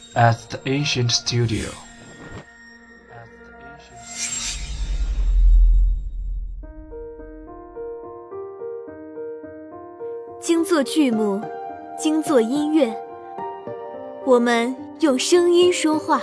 at the ancient studio. 精作剧目，精作音乐，我们用声音说话。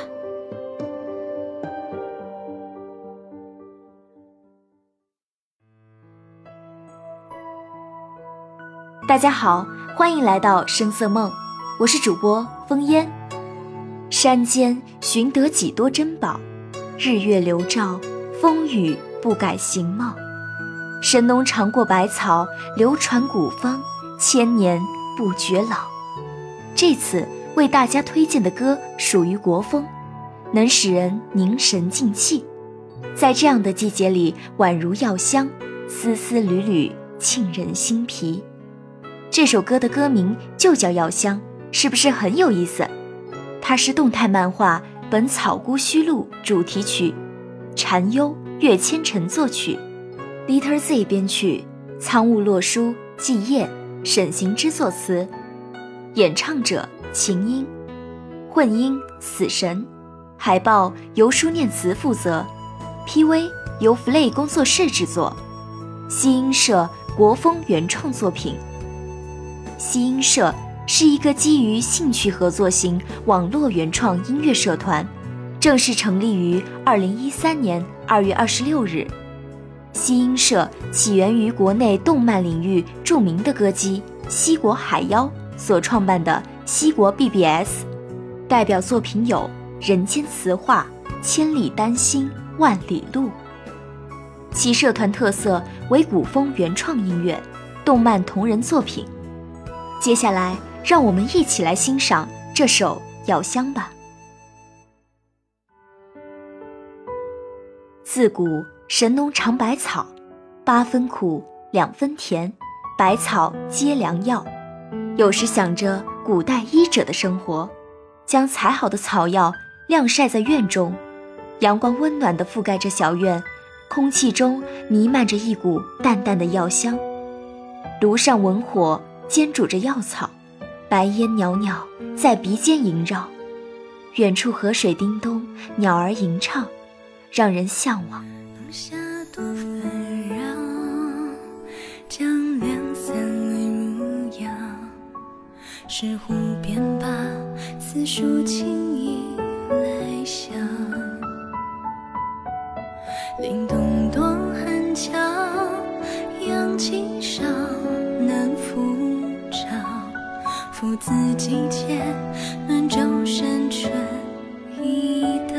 大家好，欢迎来到声色梦，我是主播风烟。山间寻得几多珍宝，日月流照，风雨不改形貌。神农尝过百草，流传古方，千年不绝老。这次为大家推荐的歌属于国风，能使人凝神静气，在这样的季节里宛如药香，丝丝缕缕沁人心脾。这首歌的歌名就叫药香，是不是很有意思？它是动态漫画《本草菇须录》主题曲，禅优、岳千晨作曲，Liter Z 编曲，苍雾洛书、季夜、沈行之作词，演唱者秦音，混音死神，海报由书念慈负责， PV 由 Flay 工作室制作，西音社国风原创作品。西音社是一个基于兴趣合作型网络原创音乐社团，正式成立于2013年2月26日。西音社起源于国内动漫领域著名的歌姬西国海妖所创办的西国 BBS， 代表作品有《人间词话》、《千里丹心万里路》。其社团特色为古风原创音乐、动漫同人作品。接下来让我们一起来欣赏这首《药香》吧。自古神农尝百草，8分苦2分甜，百草皆良药。有时想着古代医者的生活，将采好的草药晾晒在院中，阳光温暖地覆盖着小院，空气中弥漫着一股淡淡的药香。炉上文火煎煮着药草，白烟袅袅在鼻尖萦绕，远处河水叮咚，鸟儿吟唱，让人向往。 冬夏多纷扰，将两三缕入药，石湖边把四树轻易来笑，凛冬多寒峭，阳气少难复照，父子季节暖周身春一道，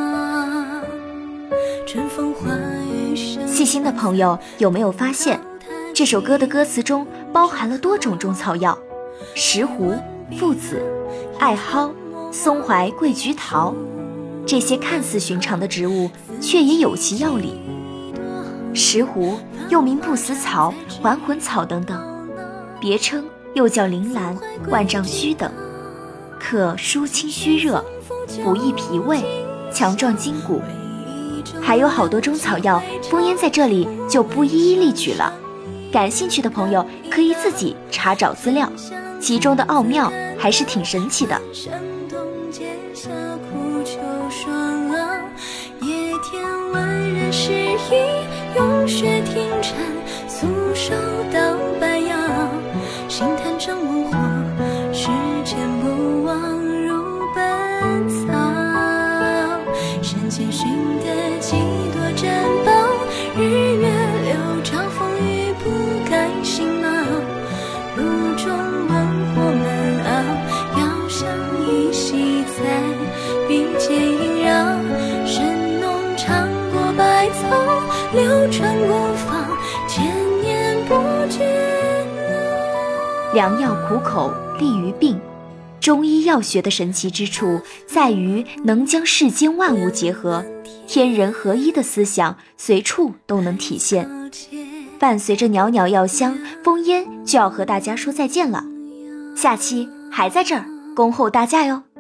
春风化雨声。 细心的朋友有没有发现，这首歌的歌词中包含了多种中草药，石斛、附子、艾蒿、松槐、桂菊桃，这些看似寻常的植物却也有其药理。石斛又名不死草、还魂草等等，别称又叫铃兰、万丈须等，可疏清虚热，补益脾胃，强壮筋骨。还有好多中草药，风烟在这里就不一一例举了，感兴趣的朋友可以自己查找资料，其中的奥妙还是挺神奇的。 山东结下苦秋霜啊，野田万人诗意，用血停禅，素手到白药，心坛正文火，世间不忘入本草，山间寻得几多珍宝，日月流照，风雨不改形貌，炉中文火闷熬，药香依稀在鼻尖萦绕，神农尝过百草，流传古方，千年不绝老。 良药苦口利于病，中医药学的神奇之处在于能将世间万物结合，天人合一的思想随处都能体现。伴随着袅袅药香，风烟就要和大家说再见了，下期还在这儿恭候大家哟。